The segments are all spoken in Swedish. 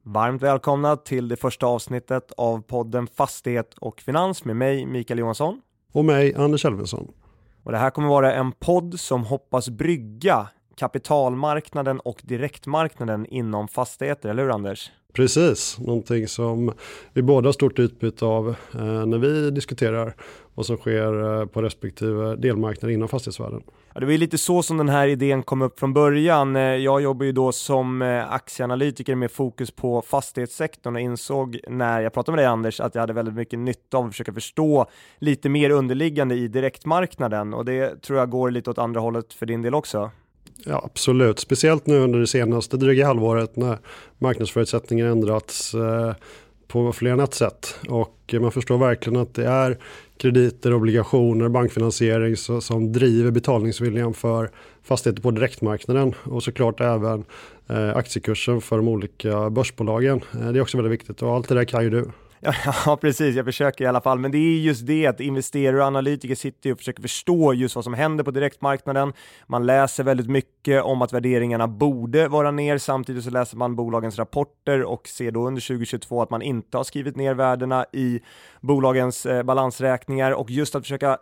Varmt välkomna till det första avsnittet av podden Fastighet och Finans med mig, Mikael Johansson. Och mig, Anders Elfvinsson. Och det här kommer vara en podd som hoppas brygga kapitalmarknaden och direktmarknaden inom fastigheter, eller hur Anders? Precis, någonting som vi båda har stort utbyte av när vi diskuterar vad som sker på respektive delmarknad inom fastighetsvärlden. Ja, det var ju lite så som den här idén kom upp från början. Jag jobbar ju då som aktieanalytiker med fokus på fastighetssektorn och insåg när jag pratade med dig Anders att jag hade väldigt mycket nytta av att försöka förstå lite mer underliggande i direktmarknaden, och det tror jag går lite åt andra hållet för din del också. Ja, absolut. Speciellt nu under det senaste dryga halvåret när marknadsförutsättningar ändrats på fler än ett sätt. Och man förstår verkligen att det är krediter, obligationer, bankfinansiering som driver betalningsviljan för fastigheter på direktmarknaden. Och såklart även aktiekursen för de olika börsbolagen. Det är också väldigt viktigt, och allt det där kan ju du. Ja, precis. Jag försöker i alla fall. Men det är just det att investerare och analytiker sitter och försöker förstå just vad som händer på direktmarknaden. Man läser väldigt mycket om att värderingarna borde vara ner. Samtidigt så läser man bolagens rapporter och ser då under 2022 att man inte har skrivit ner värdena i bolagens balansräkningar. Och just att försöka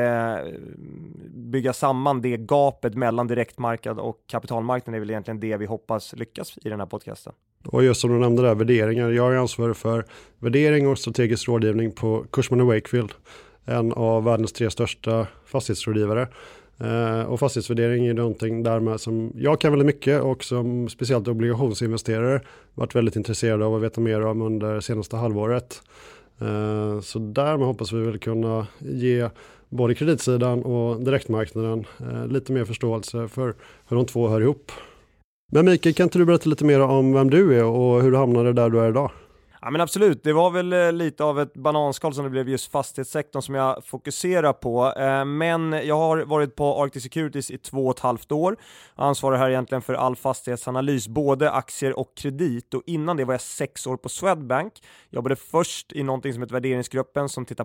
bygga samman det gapet mellan direktmarknad och kapitalmarknaden är väl egentligen det vi hoppas lyckas i den här podcasten. Och just som du nämnde där, värderingar. Jag är ansvarig för värdering och strategisk rådgivning på Cushman & Wakefield, en av världens 3 största fastighetsrådgivare. Och fastighetsvärdering är någonting därmed som jag kan väldigt mycket, och som speciellt obligationsinvesterare varit väldigt intresserade av att veta mer om under senaste halvåret. Så därmed hoppas vi väl kunna ge både kreditsidan och direktmarknaden lite mer förståelse för hur de två hör ihop. Men Mikael, kan inte du berätta lite mer om vem du är och hur du hamnade där du är idag? Ja, men absolut, det var väl lite av ett bananskal som det blev just fastighetssektorn som jag fokuserar på. Men jag har varit på Arctic Securities i 2,5 år. Jag ansvarar här egentligen för all fastighetsanalys, både aktier och kredit. Och innan det var jag 6 år på Swedbank. Jag jobbade först i någonting som heter värderingsgruppen som tittar på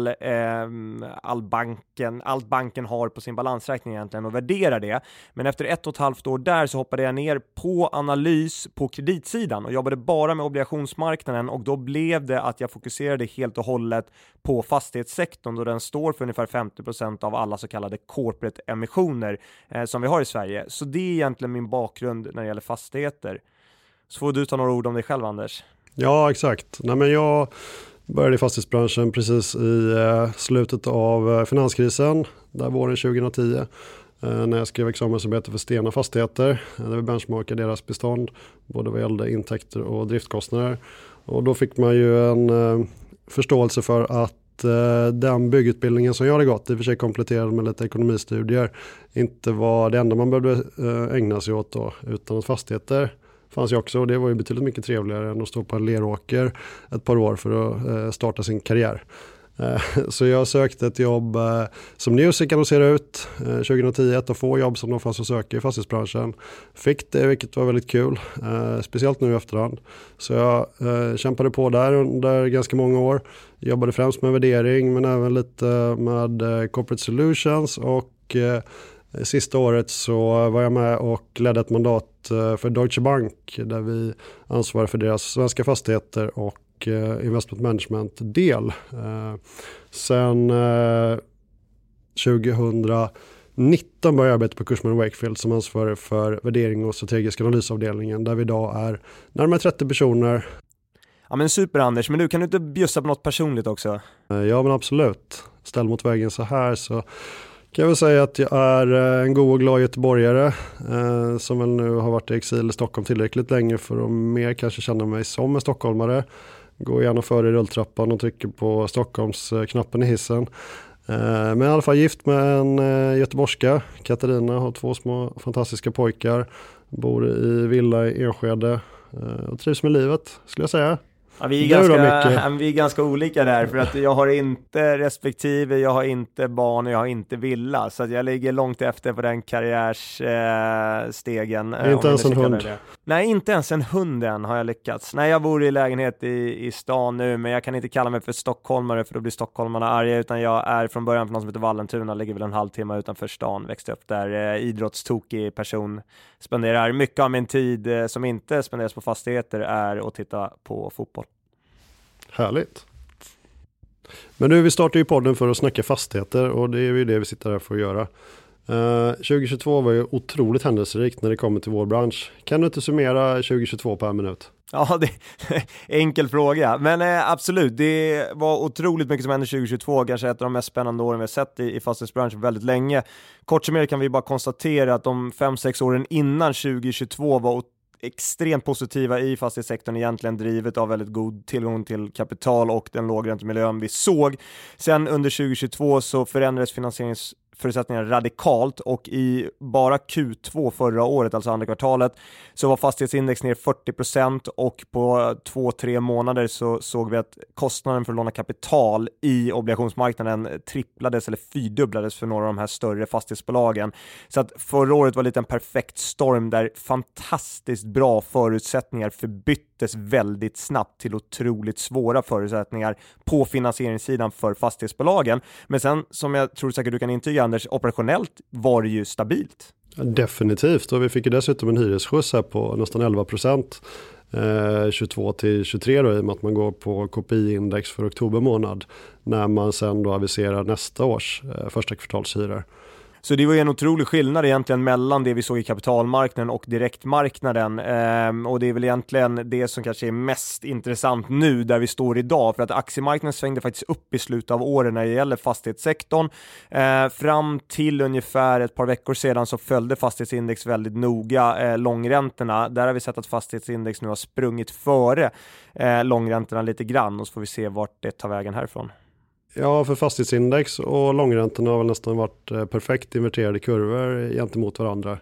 allt banken har på sin balansräkning egentligen och värderar det. Men efter 1,5 år där så hoppade jag ner på analys på kreditsidan och jobbade bara med obligationsmarknaden. Och då blev det att jag fokuserade helt och hållet på fastighetssektorn, då den står för ungefär 50% av alla så kallade corporate emissioner som vi har i Sverige. Så det är egentligen min bakgrund när det gäller fastigheter. Så får du ta några ord om dig själv, Anders. Ja, exakt. Men jag började i fastighetsbranschen precis i slutet av finanskrisen, där våren 2010. När jag skrev examensarbete för Stena Fastigheter, där vi benchmarkade deras bestånd, både vad gällde intäkter och driftkostnader. Och då fick man ju en förståelse för att den byggutbildningen som jag hade gått, i och för sig kompletterad med lite ekonomistudier, inte var det enda man behövde ägna sig åt då, utan att fastigheter fanns ju också, och det var ju betydligt mycket trevligare än att stå på en leråker ett par år för att starta sin karriär. Så jag sökte ett jobb som Newsec annonserade ut 2010, ett av få jobb som de fanns att söka i fastighetsbranschen. Fick det, vilket var väldigt kul, speciellt nu i efterhand. Så jag kämpade på där under ganska många år. Jobbade främst med värdering, men även lite med corporate solutions, och sista året så var jag med och ledde ett mandat för Deutsche Bank, där vi ansvarar för deras svenska fastigheter och investment management-del. Sen 2019 började jag arbeta på Cushman & Wakefield som ansvarig för värdering och strategisk analysavdelningen, där vi idag är närmare 30 personer. Ja, men super Anders, men du, kan du inte bjussa på något personligt också? Ja, men absolut. Ställ mot vägen så här så kan jag väl säga att jag är en god och glad göteborgare som väl nu har varit i exil i Stockholm tillräckligt länge för att mer kanske känna mig som en stockholmare. Går gärna före i rulltrappan och trycker på Stockholmsknappen i hissen. Men i alla fall gift med en göteborgska, Katarina, har 2 små fantastiska pojkar. Bor i villa i Enskede och trivs med livet, skulle jag säga. Ja, vi är ganska olika där, för att jag har inte respektive, jag har inte barn och jag har inte villa, så att jag ligger långt efter på den karriärsstegen. Inte ens en hund. Nej, inte ens en hund än har jag lyckats. Nej, jag bor i lägenhet i stan nu, men jag kan inte kalla mig för stockholmare för då blir stockholmarna arga, utan jag är från början från något som heter Vallentuna, ligger väl en halvtimme utanför stan, växte upp där, idrottstokig person, spenderar mycket av min tid som inte spenderas på fastigheter är att titta på fotboll. Härligt. Men nu, vi startar ju podden för att snacka fastigheter och det är ju det vi sitter här för att göra. 2022 var ju otroligt händelserikt när det kommer till vår bransch. Kan du inte summera 2022 på en minut? Ja, det är enkel fråga, men absolut, det var otroligt mycket som hände 2022, kanske ett av de mest spännande åren vi har sett i fastighetsbranschen väldigt länge. Kort summerat kan vi bara konstatera att de 5-6 åren innan 2022 var extremt positiva i fastighetssektorn, egentligen drivet av väldigt god tillgång till kapital och den lågräntemiljön vi såg. Sen under 2022 så förändrades finansieringsförutsättningarna radikalt och i bara Q2 förra året, alltså andra kvartalet, så var fastighetsindex ner 40% och på 2-3 månader så såg vi att kostnaden för att låna kapital i obligationsmarknaden tripplades eller fyrdubblades för några av de här större fastighetsbolagen. Så att förra året var lite en perfekt storm där fantastiskt bra förutsättningar förbyttes väldigt snabbt till otroligt svåra förutsättningar på finansieringssidan för fastighetsbolagen. Men sen, som jag tror säkert du kan intyga Anders, operationellt var det ju stabilt. Definitivt, och vi fick ju dessutom en hyresskjuts här på nästan 11%, 22 till 23 då, i och med att man går på KPI-index för oktober månad när man sen då aviserar nästa års första kvartalshyror. Så det var ju en otrolig skillnad egentligen mellan det vi såg i kapitalmarknaden och direktmarknaden. Och det är väl egentligen det som kanske är mest intressant nu där vi står idag. För att aktiemarknaden svängde faktiskt upp i slutet av året när det gäller fastighetssektorn. Fram till ungefär ett par veckor sedan så följde fastighetsindex väldigt noga långräntorna. Där har vi sett att fastighetsindex nu har sprungit före långräntorna lite grann. Och så får vi se vart det tar vägen härifrån. Ja, för fastighetsindex och långräntorna har väl nästan varit perfekt inverterade kurvor gentemot varandra.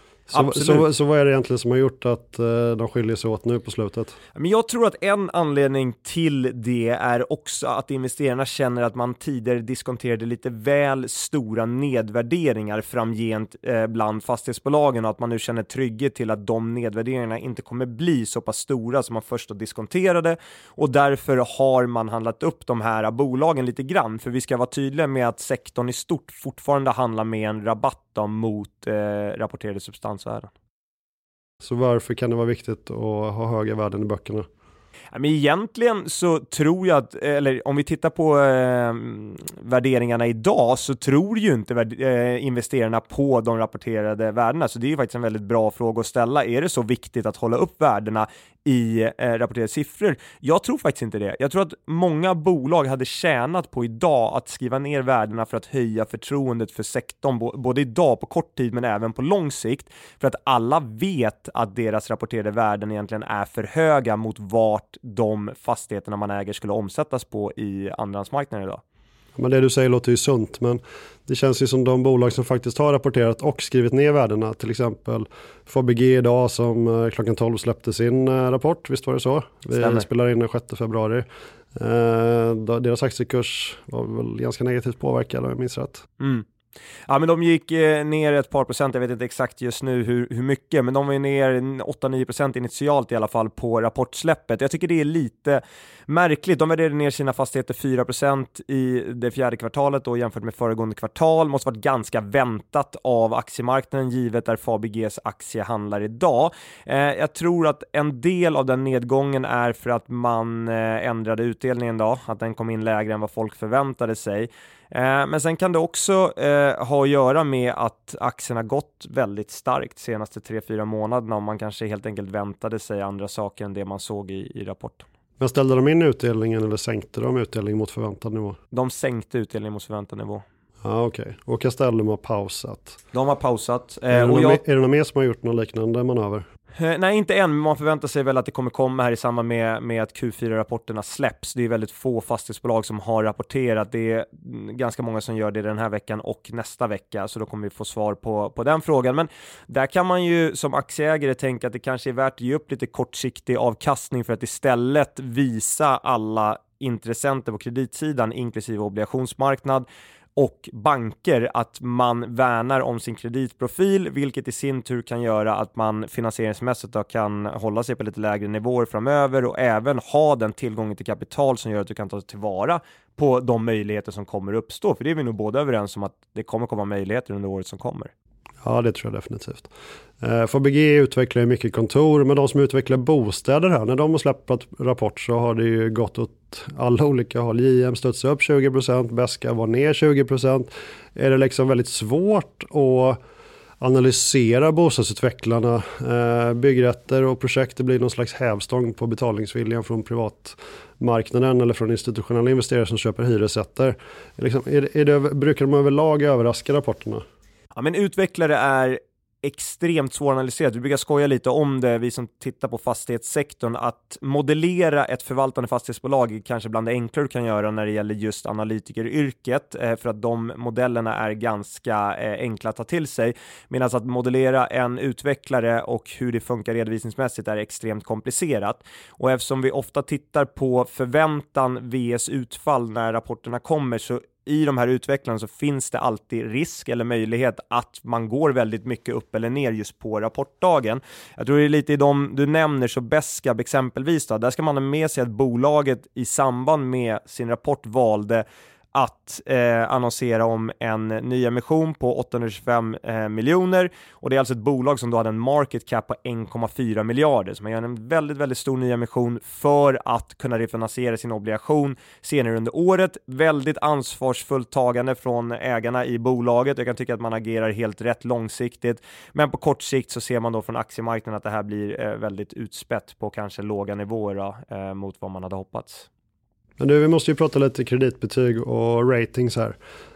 Så vad är det egentligen som har gjort att de skiljer sig åt nu på slutet? Men jag tror att en anledning till det är också att investerarna känner att man tidigare diskonterade lite väl stora nedvärderingar framgent bland fastighetsbolagen och att man nu känner trygghet till att de nedvärderingarna inte kommer bli så pass stora som man först diskonterade, och därför har man handlat upp de här bolagen lite grann, för vi ska vara tydliga med att sektorn i stort fortfarande handlar med en rabatt mot rapporterade substansvärden. Så varför kan det vara viktigt att ha höga värden i böckerna? Men egentligen så tror jag att, eller om vi tittar på värderingarna idag, så tror ju inte investerarna på de rapporterade värdena. Så det är ju faktiskt en väldigt bra fråga att ställa. Är det så viktigt att hålla upp värdena i rapporterade siffror? Jag tror faktiskt inte det. Jag tror att många bolag hade tjänat på idag att skriva ner värdena för att höja förtroendet för sektorn, både idag på kort tid men även på lång sikt, för att alla vet att deras rapporterade värden egentligen är för höga mot vart de fastigheterna man äger skulle omsättas på i andrahandsmarknaden idag. Men det du säger låter ju sunt, men det känns ju som de bolag som faktiskt har rapporterat och skrivit ner värdena, till exempel Fabege idag som klockan 12 släppte sin rapport, visst var det så? Vi spelar in den 6 februari. Deras aktiekurs var väl ganska negativt påverkad om jag minns rätt. Mm. Ja, men de gick ner ett par procent, jag vet inte exakt just nu hur mycket, men de var ju ner 8-9% initialt i alla fall på rapportsläppet. Jag tycker det är lite märkligt. De värderade ner sina fastigheter 4% i det fjärde kvartalet och jämfört med föregående kvartal. Måste varit ganska väntat av aktiemarknaden givet där Fabeges aktie handlar idag. Jag tror att en del av den nedgången är för att man ändrade utdelningen då, att den kom in lägre än vad folk förväntade sig. Men sen kan det också ha att göra med att aktien har gått väldigt starkt senaste 3-4 månaderna och man kanske helt enkelt väntade sig andra saker än det man såg i rapporten. Men ställde de in utdelningen eller sänkte de utdelningen mot förväntad nivå? De sänkte utdelningen mot förväntad nivå. Ja, okej. Och Castellum har pausat. De har pausat. Är det någon mer som har gjort någon liknande manöver? Nej, inte än, men man förväntar sig väl att det kommer komma här i samband med att Q4-rapporterna släpps. Det är väldigt få fastighetsbolag som har rapporterat. Det är ganska många som gör det den här veckan och nästa vecka, så då kommer vi få svar på den frågan. Men där kan man ju som aktieägare tänka att det kanske är värt att ge upp lite kortsiktig avkastning för att istället visa alla intressenter på kreditsidan, inklusive obligationsmarknad och banker att man värnar om sin kreditprofil, vilket i sin tur kan göra att man finansieringsmässigt då kan hålla sig på lite lägre nivåer framöver och även ha den tillgången till kapital som gör att du kan ta tillvara på de möjligheter som kommer uppstå. För det är vi nog båda överens om att det kommer komma möjligheter under året som kommer. Ja, det tror jag definitivt. Fabege utvecklar mycket kontor, men de som utvecklar bostäder här, när de har släppt rapport så har det ju gått åt alla olika håll. JM studsar upp 20%, Beska var ner 20%. Är det liksom väldigt svårt att analysera bostadsutvecklarna, byggrätter och projekt? Det blir någon slags hävstång på betalningsviljan från privatmarknaden eller från institutionella investerare som köper hyresrätter. Brukar de överlag överraska rapporterna? Ja, men utvecklare är extremt svåranalyserat. Vi brukar skoja lite om det, vi som tittar på fastighetssektorn, att modellera ett förvaltande fastighetsbolag är kanske bland det enklare du kan göra när det gäller just analytikeryrket, för att de modellerna är ganska enkla att ta till sig, medan att modellera en utvecklare och hur det funkar redovisningsmässigt är extremt komplicerat. Och eftersom vi ofta tittar på förväntan vs utfall när rapporterna kommer, så i de här utvecklarna så finns det alltid risk eller möjlighet att man går väldigt mycket upp eller ner just på rapportdagen. Jag tror det är lite i de du nämner, så Beskab exempelvis då, där ska man ha med sig att bolaget i samband med sin rapport valde att annonsera om en ny emission på 825 miljoner, och det är alltså ett bolag som då hade en market cap på 1,4 miljarder, så man gör en väldigt, väldigt stor ny emission för att kunna refinansiera sin obligation senare under året. Väldigt ansvarsfullt tagande från ägarna i bolaget. Jag kan tycka att man agerar helt rätt långsiktigt, men på kort sikt så ser man då från aktiemarknaden att det här blir väldigt utspätt på kanske låga nivåer då, mot vad man hade hoppats. Men vi måste ju prata lite kreditbetyg och ratings här.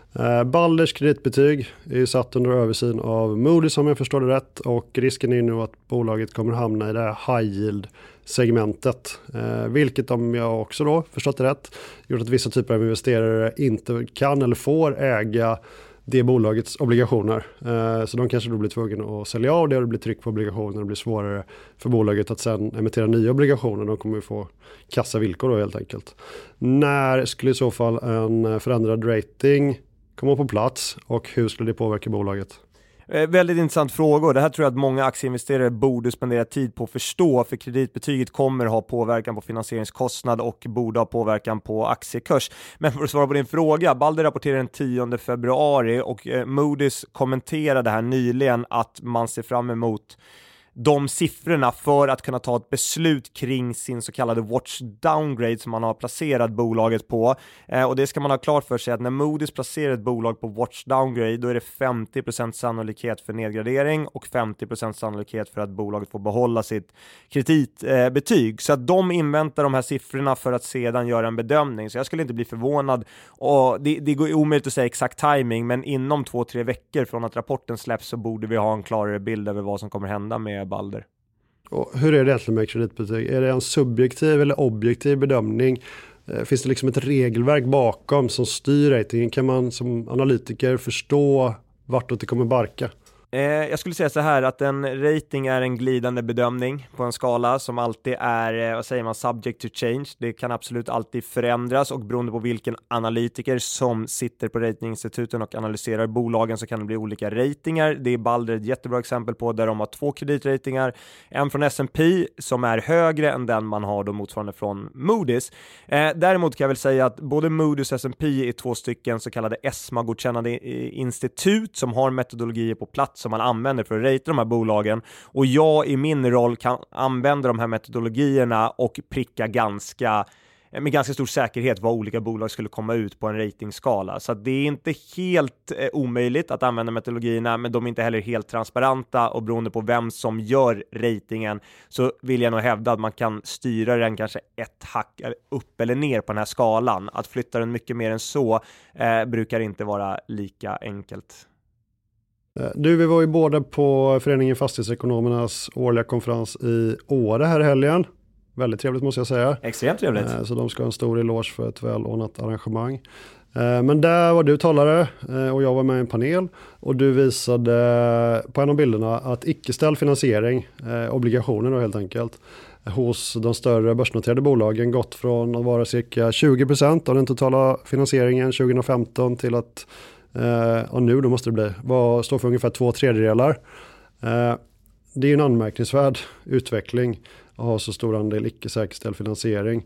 Balders kreditbetyg är ju satt under översyn av Moody's om jag förstår det rätt, och risken är nu att bolaget kommer hamna i det här high yield-segmentet. Vilket, om jag också då förstått det rätt, gjort att vissa typer av investerare inte kan eller får äga det bolagets obligationer. Så de kanske då blir tvungna att sälja av det, och det blir tryck på obligationer, och det blir svårare för bolaget att sedan emittera nya obligationer. De kommer ju få kassa villkor då helt enkelt. När skulle i så fall en förändrad rating komma på plats, och hur skulle det påverka bolaget? Väldigt intressant frågor. Det här tror jag att många aktieinvesterare borde spendera tid på att förstå, för kreditbetyget kommer ha påverkan på finansieringskostnad och borde ha påverkan på aktiekurs. Men för att svara på din fråga, Balder rapporterade den 10 februari och Moody's kommenterade här nyligen att man ser fram emot de siffrorna för att kunna ta ett beslut kring sin så kallade watch downgrade som man har placerat bolaget på. Och det ska man ha klart för sig att när Moody's placerar ett bolag på watch downgrade, då är det 50% sannolikhet för nedgradering och 50% sannolikhet för att bolaget får behålla sitt kreditbetyg. Så att de inväntar de här siffrorna för att sedan göra en bedömning. Så jag skulle inte bli förvånad, och det går omöjligt att säga exakt timing, men inom 2-3 veckor från att rapporten släpps så borde vi ha en klarare bild över vad som kommer hända med Balder. Och hur är det egentligen med kreditbetyg? Är det en subjektiv eller objektiv bedömning? Finns det liksom ett regelverk bakom som styr ratingen? Kan man som analytiker förstå vartåt det kommer barka? Jag skulle säga så här, att en rating är en glidande bedömning på en skala som alltid är, vad säger man, subject to change. Det kan absolut alltid förändras, och beroende på vilken analytiker som sitter på ratinginstituten och analyserar bolagen så kan det bli olika ratingar. Det är Balder ett jättebra exempel på, där de har 2 kreditratingar. En från S&P som är högre än den man har då motsvarande från Moody's. Däremot kan jag väl säga att både Moody's och S&P är 2 stycken så kallade ESMA-godkännande institut som har metodologier på plats som man använder för att ratea de här bolagen, och jag i min roll kan använda de här metodologierna och pricka med ganska stor säkerhet vad olika bolag skulle komma ut på en ratingskala. Så att det är inte helt omöjligt att använda metodologierna, men de är inte heller helt transparenta, och beroende på vem som gör ratingen så vill jag nog hävda att man kan styra den kanske ett hack upp eller ner på den här skalan. Att flytta den mycket mer än så brukar inte vara lika enkelt. Vi var ju båda på Föreningen Fastighetsekonomernas årliga konferens i Åre här i helgen. Väldigt trevligt måste jag säga. Extremt trevligt. Så de ska ha en stor eloge för ett välordnat arrangemang. Men där var du talare och jag var med i en panel, och du visade på en av bilderna att icke-ställd finansiering, obligationer då helt enkelt, hos de större börsnoterade bolagen gått från att vara cirka 20% av den totala finansieringen 2015 till att och nu då måste det bli, står för ungefär 2/3. Det är en anmärkningsvärd utveckling att ha så stor andel icke-säkerställd finansiering.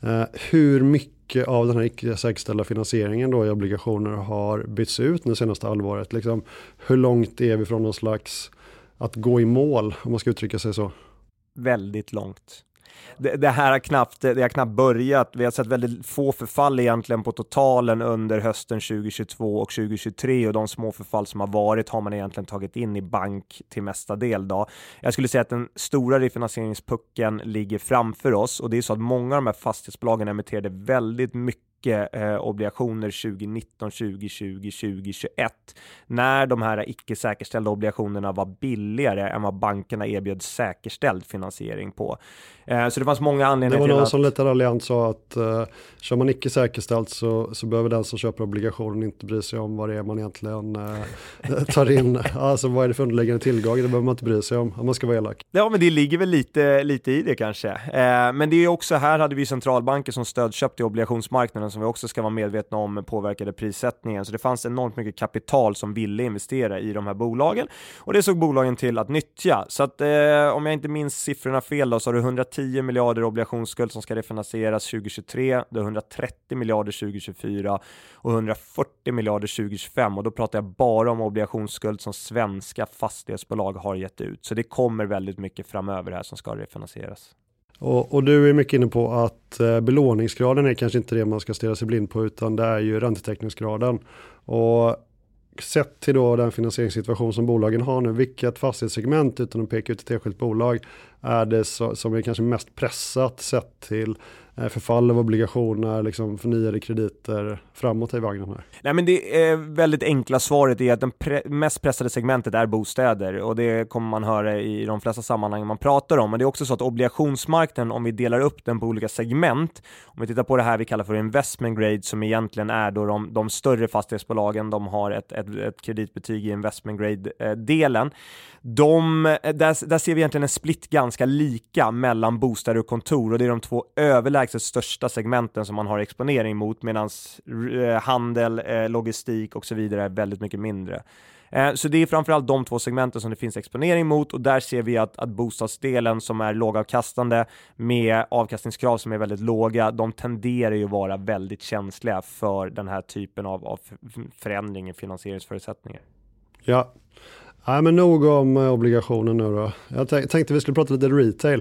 Hur mycket av den här icke-säkerställda finansieringen då i obligationer har bytts ut det senaste halvåret? Liksom, hur långt är vi från någon slags att gå i mål, om man ska uttrycka sig så? Väldigt långt. Det här har knappt börjat. Vi har sett väldigt få förfall egentligen på totalen under hösten 2022 och 2023, och de små förfall som har varit har man egentligen tagit in i bank till mesta del då. Jag skulle säga att den stora refinansieringspucken ligger framför oss, och det är så att många av de här fastighetsbolagen emitterade väldigt mycket obligationer 2019, 2020, 2021 när de här icke-säkerställda obligationerna var billigare än vad bankerna erbjöd säkerställd finansiering på. Så det fanns många anledningar till det var någon att... som lite raljant sa att kör man icke säkerställt så behöver den som köper obligationen inte bry sig om vad det är man egentligen tar in. Alltså vad är det för underliggande tillgång? Det behöver man inte bry sig om man ska vara elak. Ja, men det ligger väl lite i det kanske. Men det är också, här hade vi centralbanker som stödköpte i obligationsmarknaden som vi också ska vara medvetna om påverkade prissättningen. Så det fanns enormt mycket kapital som ville investera i de här bolagen, och det såg bolagen till att nyttja. Så att om jag inte minns siffrorna fel då, så har du 110 miljarder obligationsskuld som ska refinansieras 2023, det är 130 miljarder 2024 och 140 miljarder 2025, och då pratar jag bara om obligationsskuld som svenska fastighetsbolag har gett ut. Så det kommer väldigt mycket framöver här som ska refinansieras. Och du är mycket inne på att belåningsgraden är kanske inte det man ska stirra sig blind på, utan det är ju räntetäckningsgraden. Och sett till då den finansieringssituation som bolagen har nu, vilket fastighetssegment utan att peka ut ett enskilt bolag är det som är kanske mest pressat sett till förfall av obligationer, liksom förnyade krediter framåt i vagnen här? Nej, men det är väldigt enkla svaret är att den mest pressade segmentet är bostäder, och det kommer man höra i de flesta sammanhang man pratar om. Men det är också så att obligationsmarknaden, om vi delar upp den på olika segment, om vi tittar på det här vi kallar för investment grade, som egentligen är då de större fastighetsbolagen, de har ett kreditbetyg i investment grade-delen. Där ser vi egentligen en split ganska lika mellan bostäder och kontor, och det är de två överlägset största segmenten som man har exponering mot, medan handel, logistik och så vidare är väldigt mycket mindre. Så det är framförallt de två segmenten som det finns exponering mot, och där ser vi att bostadsdelen som är lågavkastande med avkastningskrav som är väldigt låga, de tenderar ju att vara väldigt känsliga för den här typen av förändring i finansieringsförutsättningar. Ja. Nej, men nog om obligationen nu då. Jag tänkte vi skulle prata lite retail.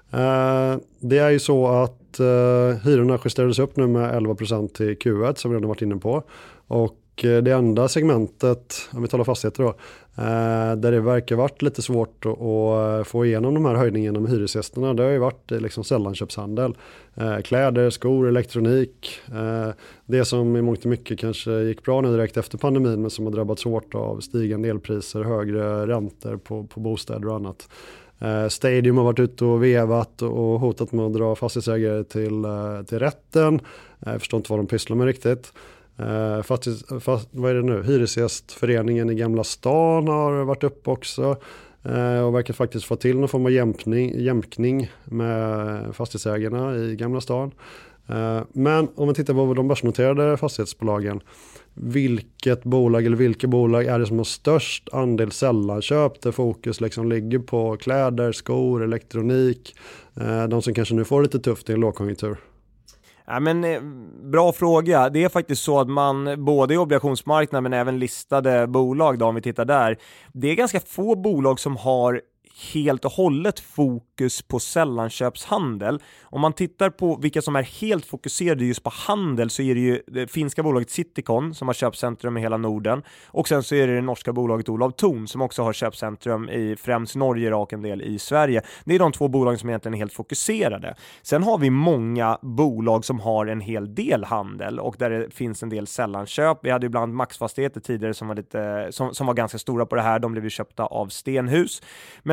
Det är ju så att hyrorna justerades upp nu med 11% i Q1 som vi redan varit inne på. Och det enda segmentet, om vi talar fastigheter då, där det verkar varit lite svårt att få igenom de här höjningarna med hyresgästerna, det har ju varit liksom sällanköpshandel. Kläder, skor, elektronik. Det som i mångt och mycket kanske gick bra nu direkt efter pandemin, men som har drabbats hårt av stigande elpriser, högre räntor på bostäder och annat. Stadium har varit ute och vevat och hotat med att dra fastighetsägare till rätten. Jag förstår inte vad de pysslar med riktigt. Vad är det nu? Hyresgästföreningen i Gamla stan har varit uppe också och verkar faktiskt få till någon form av jämkning med fastighetsägarna i Gamla stan. Men om man tittar på de börsnoterade fastighetsbolagen, vilket bolag eller vilka bolag är det som har störst andel sällanköp där fokus liksom ligger på kläder, skor, elektronik, de som kanske nu får lite tufft i en lågkonjunktur? Ja, men bra fråga. Det är faktiskt så att man både i obligationsmarknaden men även listade bolag då, om vi tittar där, det är ganska få bolag som har helt och hållet fokus på sällanköpshandel. Om man tittar på vilka som är helt fokuserade just på handel, så är det ju det finska bolaget Citycon som har köpcentrum i hela Norden, och sen så är det norska bolaget Olav Thon som också har köpcentrum i främst Norge och en del i Sverige. Det är de två bolagen som egentligen är helt fokuserade. Sen har vi många bolag som har en hel del handel och där det finns en del sällanköp. Vi hade ibland Maxfastigheter tidigare som var ganska stora på det här. De blev ju köpta av Stenhus. Men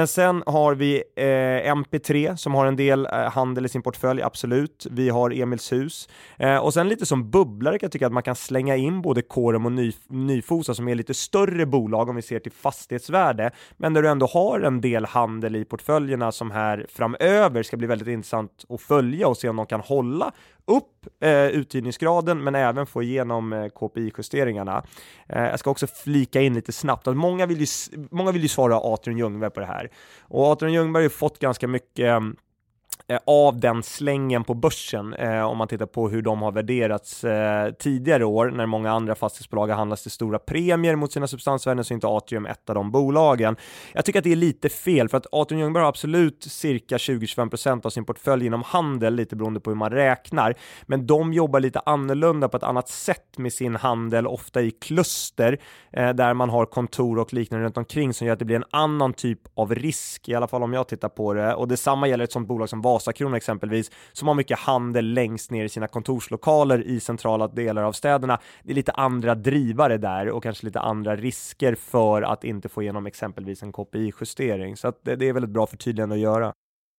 sen har vi MP3 som har en del handel i sin portfölj, absolut. Vi har Emilshus. Och sen lite som bubblare kan jag tycka att man kan slänga in både Corum och Nyfosa som är lite större bolag om vi ser till fastighetsvärde, men där du ändå har en del handel i portföljerna som här framöver ska bli väldigt intressant att följa och se om de kan hålla upp uthyrningsgraden men även få igenom KPI-justeringarna. Jag ska också flika in lite snabbt att många vill ju svara Atrium Ljungberg på det här. Och Atrium Ljungberg har ju fått ganska mycket av den slängen på börsen om man tittar på hur de har värderats tidigare år när många andra fastighetsbolag har handlats till stora premier mot sina substansvärden, så är inte Atrium ett av de bolagen. Jag tycker att det är lite fel för att Atrium Ljungberg har absolut cirka 20-25% av sin portfölj inom handel, lite beroende på hur man räknar, men de jobbar lite annorlunda på ett annat sätt med sin handel, ofta i kluster där man har kontor och liknande runt omkring som gör att det blir en annan typ av risk, i alla fall om jag tittar på det, och detsamma gäller ett sånt bolag som Vasakronan exempelvis, som har mycket handel längst ner i sina kontorslokaler i centrala delar av städerna. Det är lite andra drivare där och kanske lite andra risker för att inte få igenom exempelvis en KPI-justering. Så att det är väldigt bra förtydligande att göra.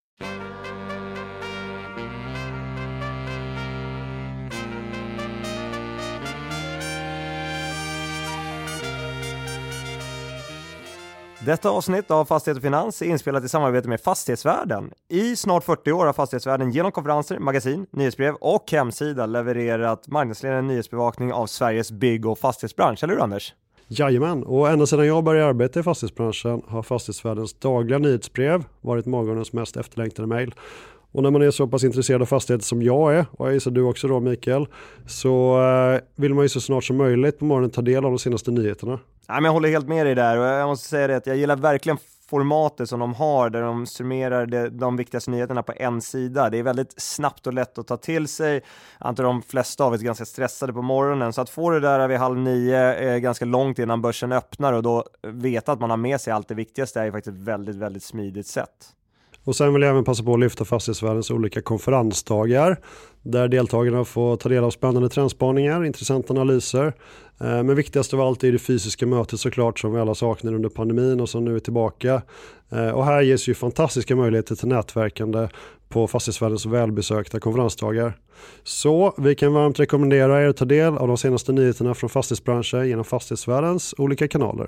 Detta avsnitt av Fastighet och Finans är inspelat i samarbete med Fastighetsvärlden. I snart 40 år har Fastighetsvärlden genom konferenser, magasin, nyhetsbrev och hemsida levererat marknadsledande nyhetsbevakning av Sveriges bygg- och fastighetsbransch. Eller hur, Anders? Jajamän, och ända sedan jag började arbeta i fastighetsbranschen har Fastighetsvärdens dagliga nyhetsbrev varit morgonens mest efterlängtade mejl. Och när man är så pass intresserad av fastigheter som jag är, och jag gissar du också då Mikael, så vill man ju så snart som möjligt på morgonen ta del av de senaste nyheterna. Nej, men jag håller helt med dig där och jag måste säga det att jag gillar verkligen formatet som de har där de summerar de viktigaste nyheterna på en sida. Det är väldigt snabbt och lätt att ta till sig. Jag antar de flesta av oss är ganska stressade på morgonen, så att få det där vid 8:30 ganska långt innan börsen öppnar och då veta att man har med sig allt det viktigaste är ju faktiskt ett väldigt, väldigt smidigt sätt. Och sen vill jag även passa på att lyfta Fastighetsvärdens olika konferensdagar där deltagarna får ta del av spännande trendspaningar, intressanta analyser. Men viktigast av allt är det fysiska mötet såklart som vi alla saknar under pandemin och som nu är tillbaka. Och här ges ju fantastiska möjligheter till nätverkande på Fastighetsvärdens välbesökta konferensdagar. Så vi kan varmt rekommendera er att ta del av de senaste nyheterna från fastighetsbranschen genom Fastighetsvärdens olika kanaler.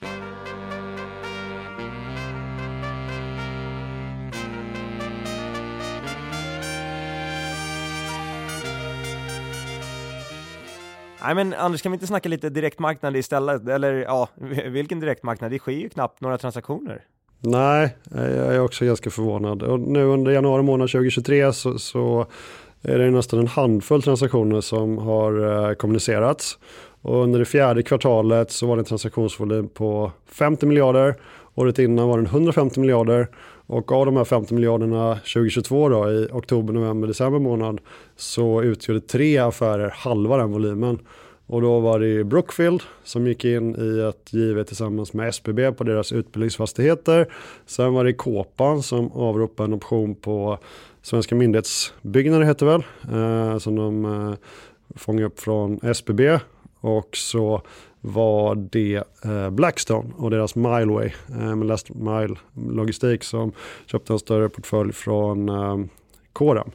Nej, men Anders, kan vi inte snacka lite direktmarknad istället? Eller ja, vilken direktmarknad? Det sker ju knappt några transaktioner. Nej, jag är också ganska förvånad. Och nu under januari månad 2023 så är det nästan en handfull transaktioner som har kommunicerats. Och under det fjärde kvartalet så var det en transaktionsvolym på 50 miljarder. Året innan var den 150 miljarder. Och av de här 50 miljarderna 2022 då, i oktober, november, december månad så utgjorde 3 affärer halva den volymen. Och då var det Brookfield som gick in i ett JV tillsammans med SBB på deras utbildningsfastigheter. Sen var det Kåpan som avropade en option på Svenska myndighetsbyggnader heter väl. Som de fångade upp från SBB. Och så var det Blackstone och deras Mileway med Last Mile Logistik som köpte en större portfölj från Corum.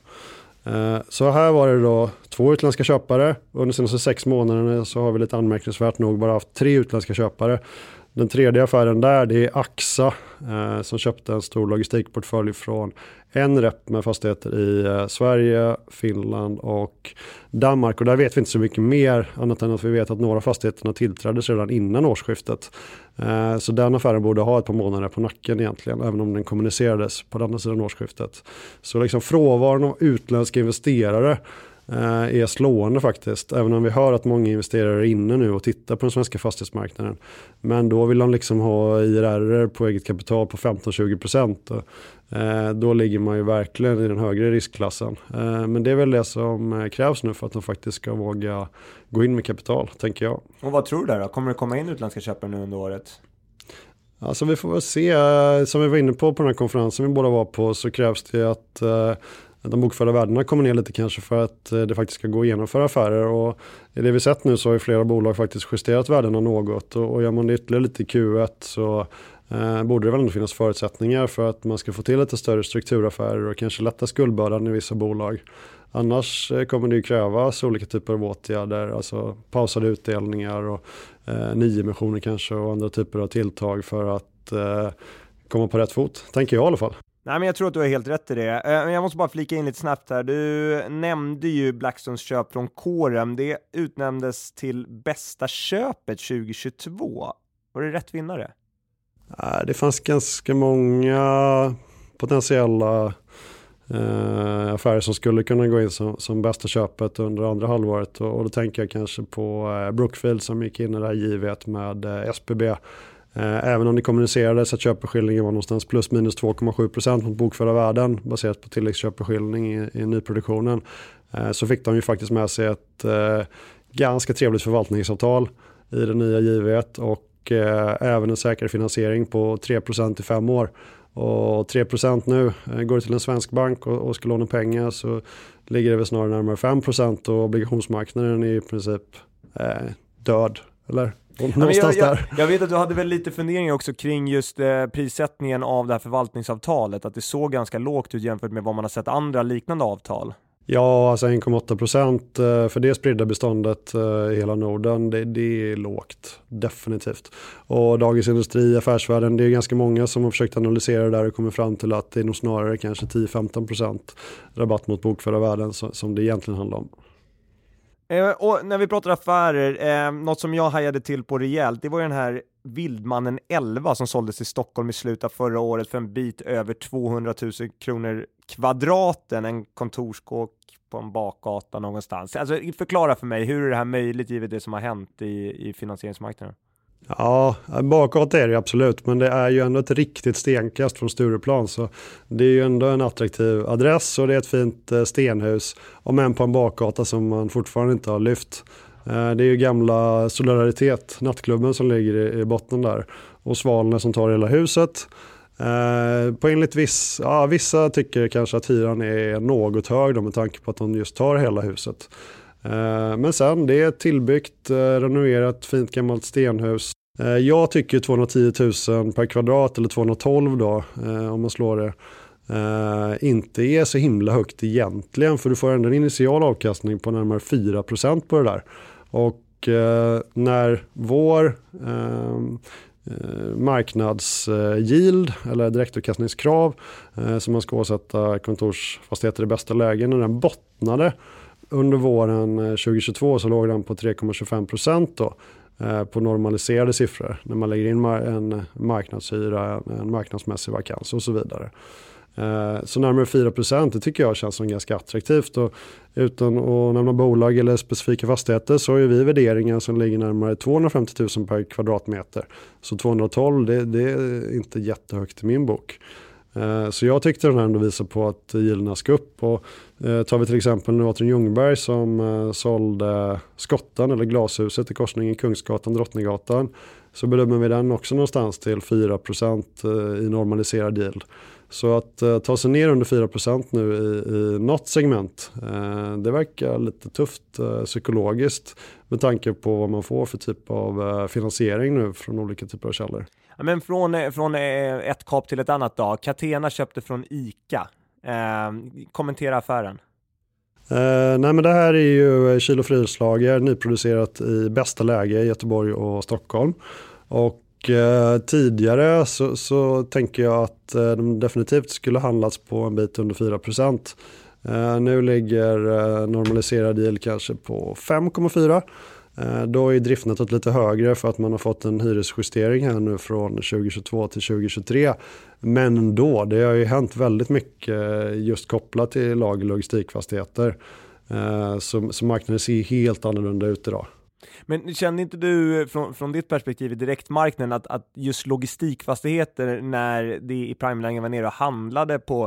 Så här var det då 2 utländska köpare. Under de senaste 6 månaderna så har vi lite anmärkningsvärt nog bara haft 3 utländska köpare. Den tredje affären där det är AXA som köpte en stor logistikportfölj från en rep med fastigheter i Sverige, Finland och Danmark. Och där vet vi inte så mycket mer annat än att vi vet att några fastigheterna tillträddes redan innan årsskiftet. Så den affären borde ha ett par månader på nacken egentligen, även om den kommunicerades på den andra sidan årsskiftet. Så liksom frånvaron av utländska investerare är slående faktiskt. Även om vi hör att många investerare är inne nu och tittar på den svenska fastighetsmarknaden. Men då vill de liksom ha IRR på eget kapital på 15-20%. Då ligger man ju verkligen i den högre riskklassen. Men det är väl det som krävs nu för att de faktiskt ska våga gå in med kapital, tänker jag. Och vad tror du där då? Kommer det komma in utländska köpare nu under året? Alltså vi får väl se. Som vi var inne på den här konferensen vi båda var på så krävs det att de bokförda värdena kommer ner lite kanske för att det faktiskt ska gå att genomföra affärer. Och i det vi sett nu så har ju flera bolag faktiskt justerat värdena något. Och gör man det ytterligare lite i Q1 så borde det väl ändå finnas förutsättningar för att man ska få till lite större strukturaffärer och kanske lätta skuldbördan i vissa bolag. Annars kommer det ju krävas olika typer av åtgärder, alltså pausade utdelningar och nyemissioner kanske och andra typer av tilltag för att komma på rätt fot, tänker jag i alla fall. Nej, men jag tror att du har helt rätt i det. Men jag måste bara flika in lite snabbt här. Du nämnde ju Blackstones köp från Corem. Det utnämndes till bästa köpet 2022. Var det rätt vinnare? Det fanns ganska många potentiella affärer som skulle kunna gå in som bästa köpet under andra halvåret. Och då tänker jag kanske på Brookfield som gick in i det här givet med SBB. Även om det kommunicerades att köpeskillingen var någonstans plus minus 2,7% mot bokförda värden baserat på tilläggsköpeskilling i nyproduktionen, så fick de ju faktiskt med sig ett ganska trevligt förvaltningsavtal i det nya givet och även en säker finansiering på 3% i 5 år. Och 3% nu går till en svensk bank och ska låna pengar, så ligger det väl snarare närmare 5% och obligationsmarknaden är i princip död, eller? Jag vet att du hade väl lite funderingar också kring just prissättningen av det här förvaltningsavtalet, att det såg ganska lågt ut jämfört med vad man har sett andra liknande avtal. Ja, alltså 1,8% för det spridda beståndet i hela Norden, det är lågt, definitivt. Och Dagens Industri, Affärsvärlden, det är ganska många som har försökt analysera det där och kommer fram till att det är nog snarare kanske 10-15% rabatt mot bokförda värden som det egentligen handlar om. Och när vi pratar affärer, något som jag hajade till på rejält, det var ju den här Vildmannen 11 som såldes i Stockholm i slutet av förra året för en bit över 200 000 kronor kvadraten, en kontorskåk på en bakgata någonstans. Alltså förklara för mig, hur är det här möjligt givet det som har hänt i finansieringsmarknaden? Ja, bakåt är det absolut, men det är ju ändå ett riktigt stenkast från Stureplan, så det är ju ändå en attraktiv adress och det är ett fint stenhus, om än på en bakgata som man fortfarande inte har lyft. Det är ju gamla Solidaritet, nattklubben som ligger i botten där, och Svalorna som tar hela huset. På enligt vissa tycker kanske att hyran är något hög då, med tanke på att de just tar hela huset. Men sen det är ett tillbyggt, renoverat, fint gammalt stenhus. Jag tycker 210 000 per kvadrat eller 212 då, om man slår det, inte är så himla högt egentligen, för du får ändå en initial avkastning på närmare 4% på det där. Och när vår marknadsyield eller direktavkastningskrav som man ska åsätta kontorsfastigheter i bästa lägen, när den bottnade under våren 2022 så låg den på 3,25% då, på normaliserade siffror när man lägger in en marknadshyra, en marknadsmässig vakans och så vidare. Så närmare 4%, det tycker jag känns som ganska attraktivt, och utan att nämna bolag eller specifika fastigheter så har ju vi värderingar som ligger närmare 250 000 per kvadratmeter. Så 212, det är inte jättehögt i min bok. Så jag tyckte den här ändå visar på att gillarna ska upp, och tar vi till exempel nu Atrium Ljungberg som sålde Skottan eller glashuset i korsningen Kungsgatan, Drottninggatan, så bedömer vi den också någonstans till 4% i normaliserad yield. Så att ta sig ner under 4% nu i något segment, det verkar lite tufft psykologiskt med tanke på vad man får för typ av finansiering nu från olika typer av källor. Ja, men från ett kap till ett annat då. Catena köpte från ICA. Kommentera affären. Nej, men det här är ju Kilo Frislager, nyproducerat i bästa läge i Göteborg och Stockholm. Och tidigare så tänker jag att de definitivt skulle handlas på en bit under 4%. Nu ligger normaliserad yield kanske på 5,4%. Då är driftnettot lite högre för att man har fått en hyresjustering här nu från 2022 till 2023. Men då, det har ju hänt väldigt mycket just kopplat till lager- och logistikfastigheter. Så marknaden ser helt annorlunda ut idag. Men kände inte du från ditt perspektiv i direktmarknaden att just logistikfastigheter, när det i prime-lägen var nere och handlade på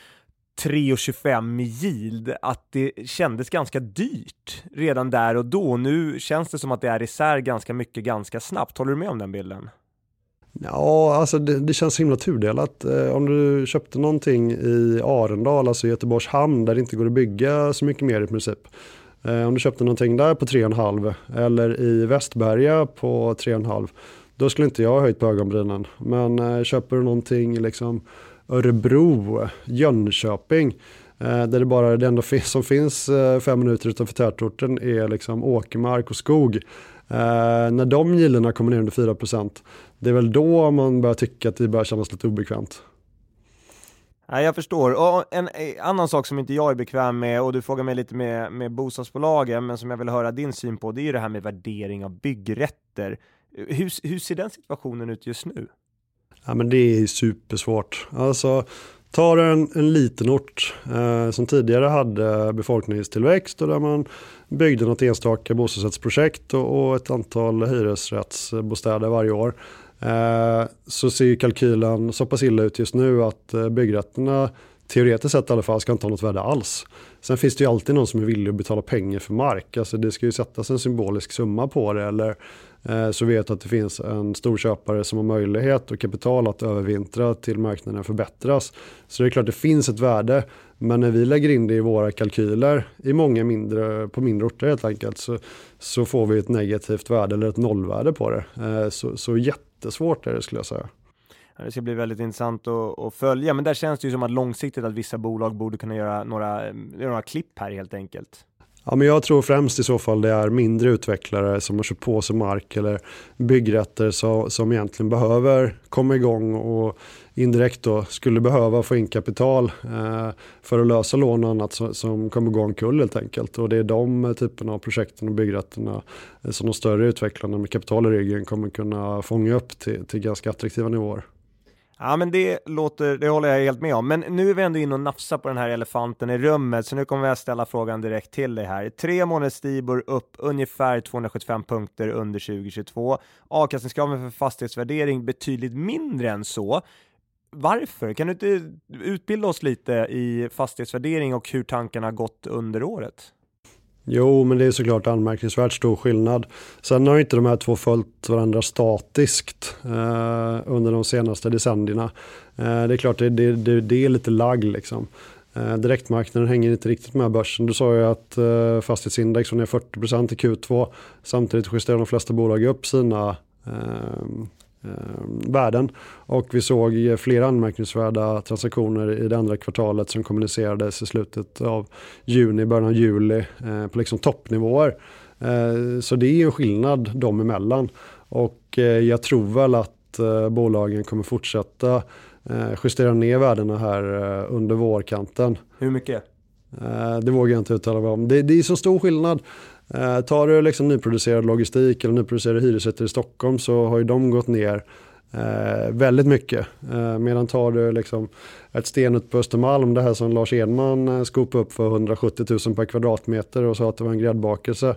3,25 i yield, att det kändes ganska dyrt redan där och då? Nu känns det som att det är isär ganska mycket ganska snabbt. Håller du med om den bilden? Ja, alltså det känns himla tudelat. Om du köpte någonting i Arendal, alltså Göteborgs hamn, där det inte går att bygga så mycket mer i princip. Om du köpte någonting där på 3,5 eller i Västberga på 3,5, då skulle inte jag ha höjt på ögonbrynen. Men köper du någonting liksom Örebro, Jönköping, där det enda som finns 5 minuter utanför tätorten är liksom åkermark och skog. När de gillarna kommer ner under 4%, det är väl då man börjar tycka att det börjar kännas lite obekvämt. Ja, jag förstår. Och en annan sak som inte jag är bekväm med, och du frågar mig lite med bostadsbolagen, men som jag vill höra din syn på, det är ju det här med värdering av byggrätter. Hur ser den situationen ut just nu? Ja, men det är supersvårt. Alltså, tar en liten ort som tidigare hade befolkningstillväxt och där man byggde något enstaka bostadsrättsprojekt och ett antal hyresrättsbostäder varje år. Så ser ju kalkylen så pass illa ut just nu att byggrätterna teoretiskt sett i alla fall ska inte ha något värde alls. Sen finns det ju alltid någon som är villig att betala pengar för mark. Alltså det ska ju sättas en symbolisk summa på det, eller så vet att det finns en stor köpare som har möjlighet och kapital att övervintra till marknaden förbättras. Så det är klart det finns ett värde, men när vi lägger in det i våra kalkyler i på mindre orter helt enkelt, så får vi ett negativt värde eller ett nollvärde på det. Så jättesvårt är det, skulle jag säga. Ja, det ska bli väldigt intressant att följa, men där känns det ju som att långsiktigt att vissa bolag borde kunna göra några klipp här helt enkelt. Ja, men jag tror främst i så fall det är mindre utvecklare som har köpt på sig mark eller byggrätter som egentligen behöver komma igång och indirekt då skulle behöva få in kapital för att lösa lån och annat som kommer gå omkull helt enkelt. Och det är de typerna av projekten och byggrätterna som de större utvecklarna med kapital i ryggen kommer kunna fånga upp till ganska attraktiva nivåer. Ja, men det håller jag helt med om. Men nu är vi ändå inne och nafsar på den här elefanten i rummet, så nu kommer jag ställa frågan direkt till dig här. 3 månaders Stibor upp ungefär 275 punkter under 2022. Avkastningskraven för fastighetsvärdering betydligt mindre än så. Varför? Kan du inte utbilda oss lite i fastighetsvärdering och hur tankarna har gått under året? Jo, men det är såklart anmärkningsvärt stor skillnad. Sen har inte de här två följt varandra statiskt under de senaste decennierna. Det är klart, det är lite lagg liksom. Direktmarknaden hänger inte riktigt med börsen. Du sa ju att fastighetsindex var ner 40% i Q2. Samtidigt justerar de flesta bolag upp sina värden, och vi såg flera anmärkningsvärda transaktioner i det andra kvartalet som kommunicerades i slutet av juni, början av juli på liksom toppnivåer. Så det är ju en skillnad dem emellan, och jag tror väl att bolagen kommer fortsätta justera ner värdena här under vårkanten. Hur mycket? Det vågar jag inte uttala mig om. Det är så stor skillnad. Tar du liksom nyproducerad logistik eller nyproducerade hyresrätter i Stockholm, så har ju de gått ner väldigt mycket. Medan tar du liksom ett stenut på Östermalm, det här som Lars Edman skopade upp för 170 000 per kvadratmeter och sa att det var en gräddbakelse.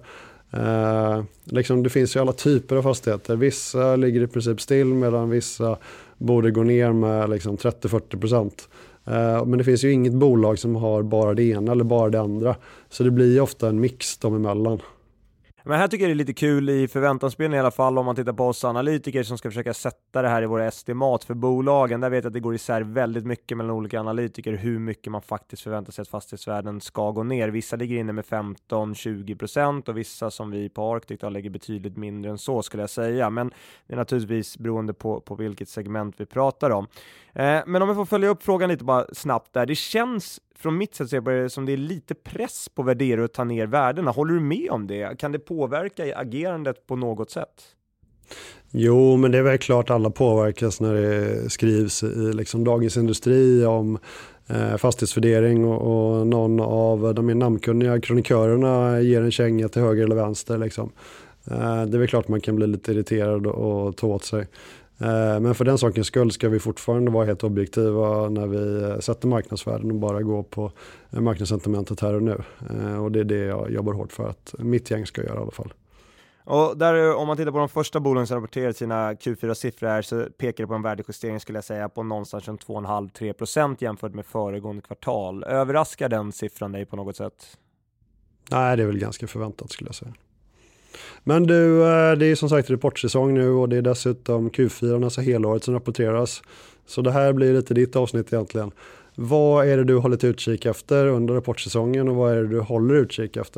Liksom, det finns ju alla typer av fastigheter. Vissa ligger i princip still, medan vissa borde gå ner med liksom 30-40%. Men det finns ju inget bolag som har bara det ena eller bara det andra. Så det blir ofta en mix dem emellan. Men här tycker jag det är lite kul i förväntansbilden i alla fall, om man tittar på oss analytiker som ska försöka sätta det här i våra estimat för bolagen. Där vet jag att det går isär väldigt mycket mellan olika analytiker hur mycket man faktiskt förväntar sig att fastighetsvärden ska gå ner. Vissa ligger inne med 15-20% och vissa som vi på Arctic lägger betydligt mindre än så, skulle jag säga. Men det är naturligtvis beroende på vilket segment vi pratar om. Men om jag får följa upp frågan lite bara snabbt där. Det känns från mitt sätt att se på det som det är lite press på värderare att ta ner värdena. Håller du med om det? Kan det påverka agerandet på något sätt? Jo, men det är väl klart alla påverkas när det skrivs i liksom Dagens Industri om fastighetsvärdering och någon av de mer namnkunniga kronikörerna ger en känga till höger eller vänster. Liksom. Det är väl klart man kan bli lite irriterad och ta åt sig. Men för den sakens skull ska vi fortfarande vara helt objektiva när vi sätter marknadsvärden och bara gå på marknadssentimentet här och nu. Och det är det jag jobbar hårt för att mitt gäng ska göra i alla fall. Och där, om man tittar på de första bolagen som rapporterar sina Q4-siffror här, så pekar det på en värdejustering, skulle jag säga, på någonstans från 2,5-3% jämfört med föregående kvartal. Överraskar den siffran dig på något sätt? Nej, det är väl ganska förväntat, skulle jag säga. Men du, det är som sagt rapportsäsong nu och det är dessutom Q4, alltså helåret, som rapporteras. Så det här blir lite ditt avsnitt egentligen. Vad är det du håller utkik efter under rapportsäsongen och vad är det du håller utkik efter?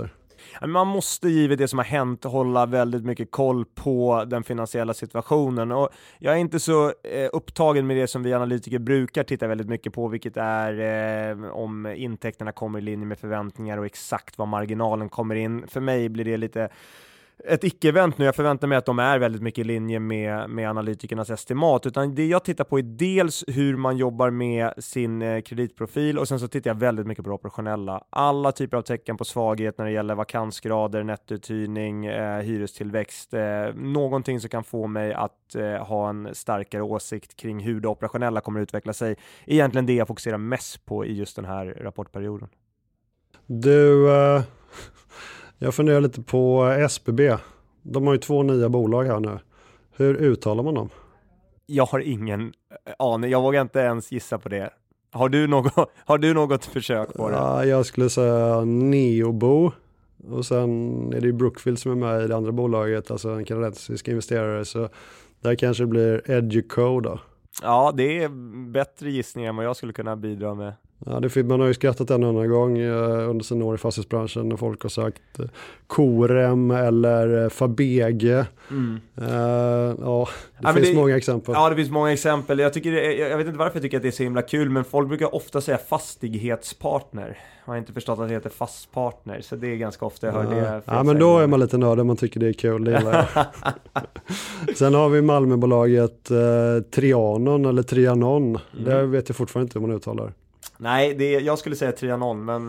Man måste givet det som har hänt hålla väldigt mycket koll på den finansiella situationen, och jag är inte så upptagen med det som vi analytiker brukar titta väldigt mycket på, vilket är om intäkterna kommer i linje med förväntningar och exakt vad marginalen kommer in. För mig blir det lite ett icke-event nu. Jag förväntar mig att de är väldigt mycket i linje med analytikernas estimat, utan det jag tittar på är dels hur man jobbar med sin kreditprofil, och sen så tittar jag väldigt mycket på det operationella. Alla typer av tecken på svaghet när det gäller vakansgrader, nettouthyrning, hyrestillväxt, någonting som kan få mig att ha en starkare åsikt kring hur det operationella kommer att utveckla sig. Egentligen det jag fokuserar mest på i just den här rapportperioden. Du... Jag funderar lite på SBB. De har ju 2 nya bolag här nu. Hur uttalar man dem? Jag har ingen aning. Jag vågar inte ens gissa på det. Har du något försök på det? Ja, jag skulle säga Neobo. Och sen är det ju Brookfield som är med i det andra bolaget. Alltså en kanadensisk investerare. Så där kanske det blir Educo då. Ja, det är bättre gissningar än vad jag skulle kunna bidra med. Ja, man har ju skrattat en annan gång under sina år i fastighetsbranschen när folk har sagt Corem eller Fabege. Det finns många exempel. Ja, det finns många exempel. Jag vet inte varför jag tycker att det är så himla kul, men folk brukar ofta säga fastighetspartner. Jag har inte förstått att det heter fastpartner, så det är ganska ofta jag hör det. Ja, men då är man lite nörd, man tycker det är kul. Det gillar jag. Sen har vi Malmöbolaget Trianon eller Trianon. Det vet jag fortfarande inte hur man uttalar. Nej, jag skulle säga Trianon, men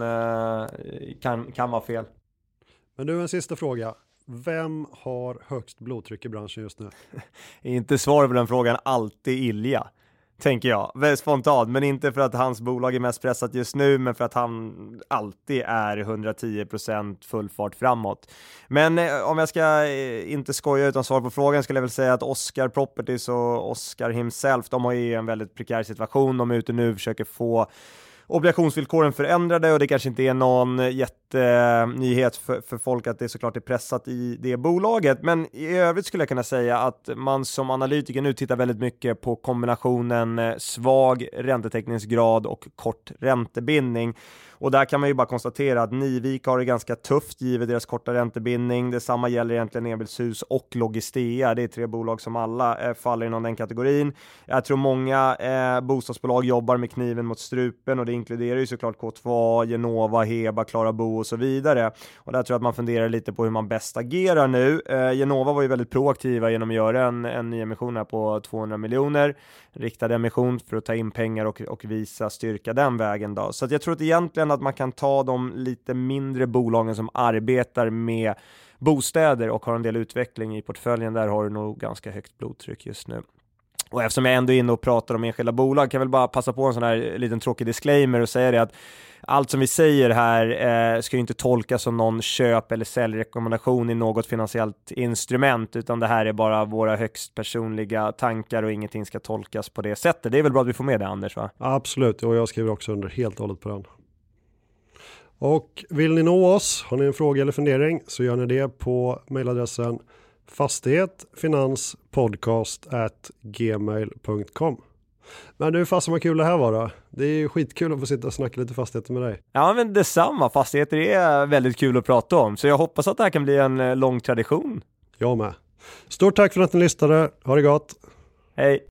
kan vara fel. Men du, en sista fråga. Vem har högst blodtryck i branschen just nu? Är inte svaret på den frågan alltid Ilja, tänker jag. Väldigt spontant, men inte för att hans bolag är mest pressat just nu, men för att han alltid är 110% full fart framåt. Men om jag ska inte skoja utan svara på frågan, skulle jag väl säga att Oscar Properties och Oscar himself, de har ju en väldigt prekär situation. De är ute nu och försöker få obligationsvillkoren förändrade, och det kanske inte är någon jättenyhet för folk att det såklart är pressat i det bolaget. Men i övrigt skulle jag kunna säga att man som analytiker nu tittar väldigt mycket på kombinationen svag räntetäckningsgrad och kort räntebindning. Och där kan man ju bara konstatera att Nivik har det ganska tufft givet deras korta räntebindning. Detsamma gäller egentligen Emilshus och Logistea. Det är 3 bolag som alla faller inom den kategorin. Jag tror många bostadsbolag jobbar med kniven mot strupen, och det inkluderar ju såklart K2A, Genova, Heba, Klarabo och så vidare. Och där tror jag att man funderar lite på hur man bäst agerar nu. Genova var ju väldigt proaktiva genom att göra en ny emission här på 200 miljoner. Riktad emission för att ta in pengar och visa styrka den vägen då. Så att jag tror att egentligen att man kan ta de lite mindre bolagen som arbetar med bostäder och har en del utveckling i portföljen. Där har du nog ganska högt blodtryck just nu. Och eftersom jag ändå är inne och pratar om enskilda bolag, kan jag väl bara passa på en sån här liten tråkig disclaimer och säga det att allt som vi säger här ska ju inte tolkas som någon köp- eller säljrekommendation i något finansiellt instrument, utan det här är bara våra högst personliga tankar och ingenting ska tolkas på det sättet. Det är väl bra att vi får med det, Anders, va? Absolut, och jag skriver också under helt och hållet på den. Och vill ni nå oss, har ni en fråga eller fundering, så gör ni det på mejladressen fastighetfinanspodcast@gmail.com. Men du, fasen vad kul det här var då. Det är ju skitkul att få sitta och snacka lite fastigheter med dig. Ja, men detsamma. Fastigheter är väldigt kul att prata om. Så jag hoppas att det här kan bli en lång tradition. Jag med. Stort tack för att ni lyssnade. Ha det gott. Hej.